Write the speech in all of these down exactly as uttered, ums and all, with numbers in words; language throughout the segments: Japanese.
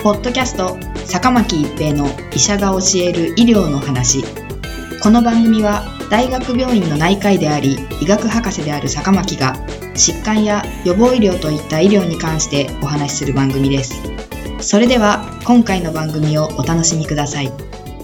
ポッドキャスト坂巻一平の医者が教える医療の話。この番組は大学病院の内科医であり医学博士である坂巻が疾患や予防医療といった医療に関してお話しする番組です。それでは今回の番組をお楽しみください。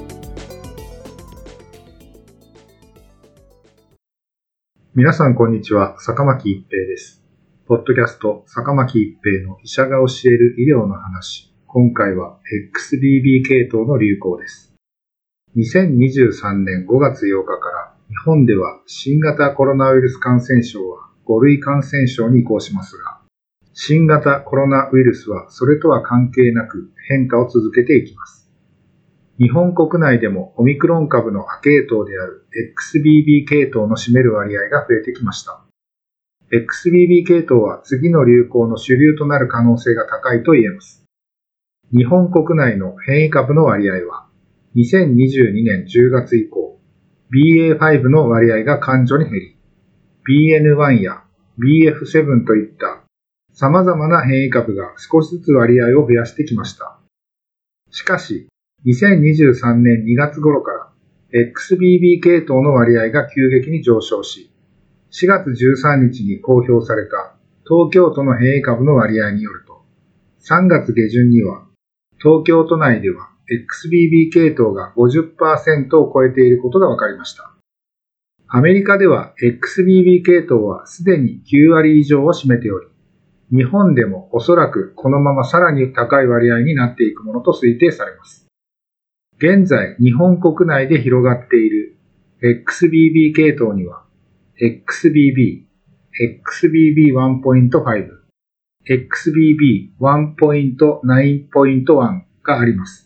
皆さんこんにちは、坂巻一平です。ポッドキャスト坂巻一平の医者が教える医療の話。今回は エックスビービー 系統の流行です。にせんにじゅうさんねんごがつようかから日本では新型コロナウイルス感染症はご類感染症に移行しますが、新型コロナウイルスはそれとは関係なく変化を続けていきます。日本国内でもオミクロン株の亜系統である エックスビービー 系統の占める割合が増えてきました。エックスビービー 系統は次の流行の主流となる可能性が高いと言えます。日本国内の変異株の割合はにせんにじゅうにねんじゅうがつ以降 ビーエーファイブ の割合が顕著に減り ビーエヌワン や ビーエフセブン といった様々な変異株が少しずつ割合を増やしてきました。しかしにせんにじゅうさんねんにがつ頃から エックスビービー 系統の割合が急激に上昇し、しがつじゅうさんにちに公表された東京都の変異株の割合によると、さんがつげじゅんには東京都内では エックスビービー 系統が ごじゅっパーセント を超えていることが分かりました。アメリカでは エックスビービー 系統はすでにきゅうわり以上を占めており、日本でもおそらくこのままさらに高い割合になっていくものと推定されます。現在日本国内で広がっている エックスビービー 系統には エックスビービー、エックスビービーワンてんご、エックスビービーワンてんきゅうてんいち があります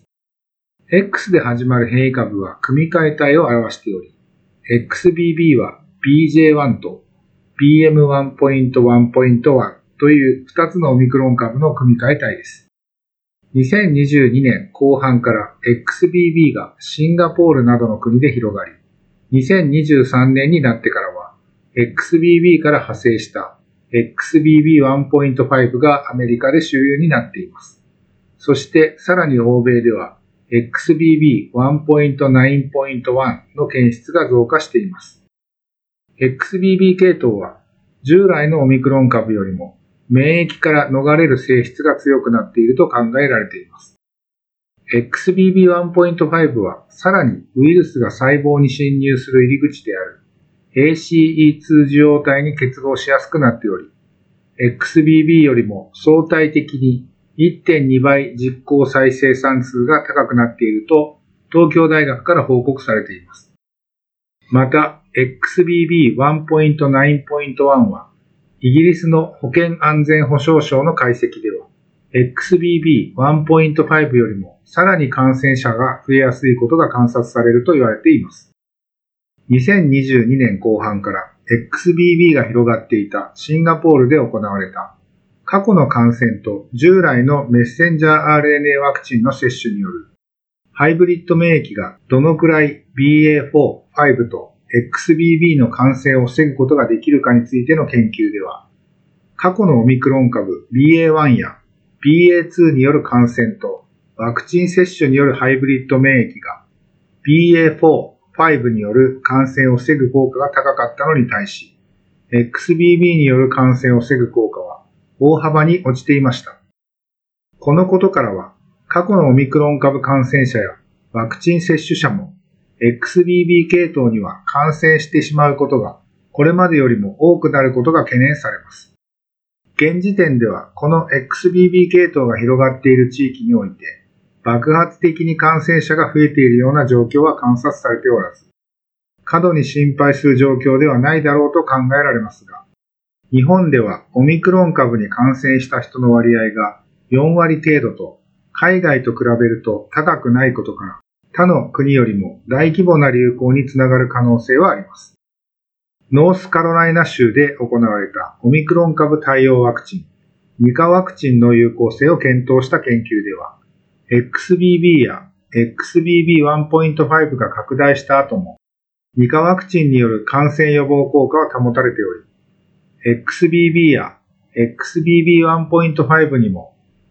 。X で始まる変異株は組み換え体を表しており、エックスビービー は ビージェーワン と ビーエムワンてんいちてんいち というふたつのオミクロン株の組み換え体です。にせんにじゅうにねんこう半から エックスビービー がシンガポールなどの国で広がり、にせんにじゅうさんねんになってからは エックスビービー から派生した エックスビービーワンてんご がアメリカで主流になっています。そしてさらに欧米では エックスビービーワンてんきゅうてんいち の検出が増加しています。エックスビービー 系統は従来のオミクロン株よりも免疫から逃れる性質が強くなっていると考えられています。エックスビービーワンてんご はさらにウイルスが細胞に侵入する入り口である エーシーイーツー 受容体に結合しやすくなっており、エックスビービー よりも相対的に いってんにばい実行再生産数が高くなっていると東京大学から報告されています。また エックスビービーワンてんきゅうてんいち はイギリスの保健安全保障省の解析では エックスビービーワンてんご よりもさらに感染者が増えやすいことが観察されると言われています。にせんにじゅうにねんこう半から エックスビービー が広がっていたシンガポールで行われた過去の感染と従来のメッセンジャー アールエヌエー ワクチンの接種によるハイブリッド免疫がどのくらい ビーエーフォー、ファイブ と エックスビービー の感染を防ぐことができるかについての研究では、過去のオミクロン株 ビーエーワン や ビーエーツー による感染とワクチン接種によるハイブリッド免疫が ビーエーフォー、ファイブ による感染を防ぐ効果が高かったのに対し、エックスビービー による感染を防ぐ効果は大幅に落ちていました。このことからは、過去のオミクロン株感染者やワクチン接種者も エックスビービー 系統には感染してしまうことがこれまでよりも多くなることが懸念されます。現時点ではこの エックスビービー 系統が広がっている地域において爆発的に感染者が増えているような状況は観察されておらず、過度に心配する状況ではないだろうと考えられますが、日本ではオミクロン株に感染した人の割合がよんわり程度と海外と比べると高くないことから他の国よりも大規模な流行につながる可能性はあります。ノースカロライナ州で行われたオミクロン株対応ワクチン、に価ワクチンの有効性を検討した研究では、エックスビービー や エックスビービーワンてんご が拡大した後も、に価ワクチンによる感染予防効果は保たれており、エックスビービー や エックスビービーワンてんご にも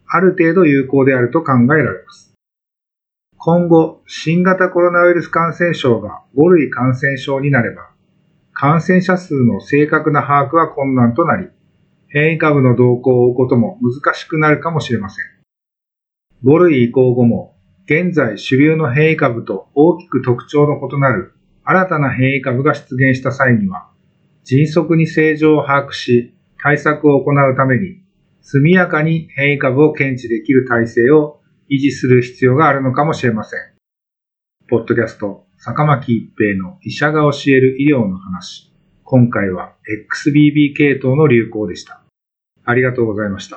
ある程度有効であると考えられます。今後、新型コロナウイルス感染症がご類感染症になれば、感染者数の正確な把握は困難となり、変異株の動向を追うことも難しくなるかもしれません。ご類移行後も、現在主流の変異株と大きく特徴の異なる新たな変異株が出現した際には、迅速に正常を把握し、対策を行うために、速やかに変異株を検知できる体制を維持する必要があるのかもしれません。ポッドキャスト、坂巻一平の医者が教える医療の話。今回は エックスビービー 系統の流行でした。ありがとうございました。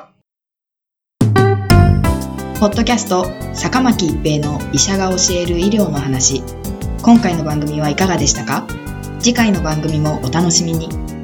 ポッドキャスト、坂巻一平の医者が教える医療の話。今回の番組はいかがでしたか？次回の番組もお楽しみに。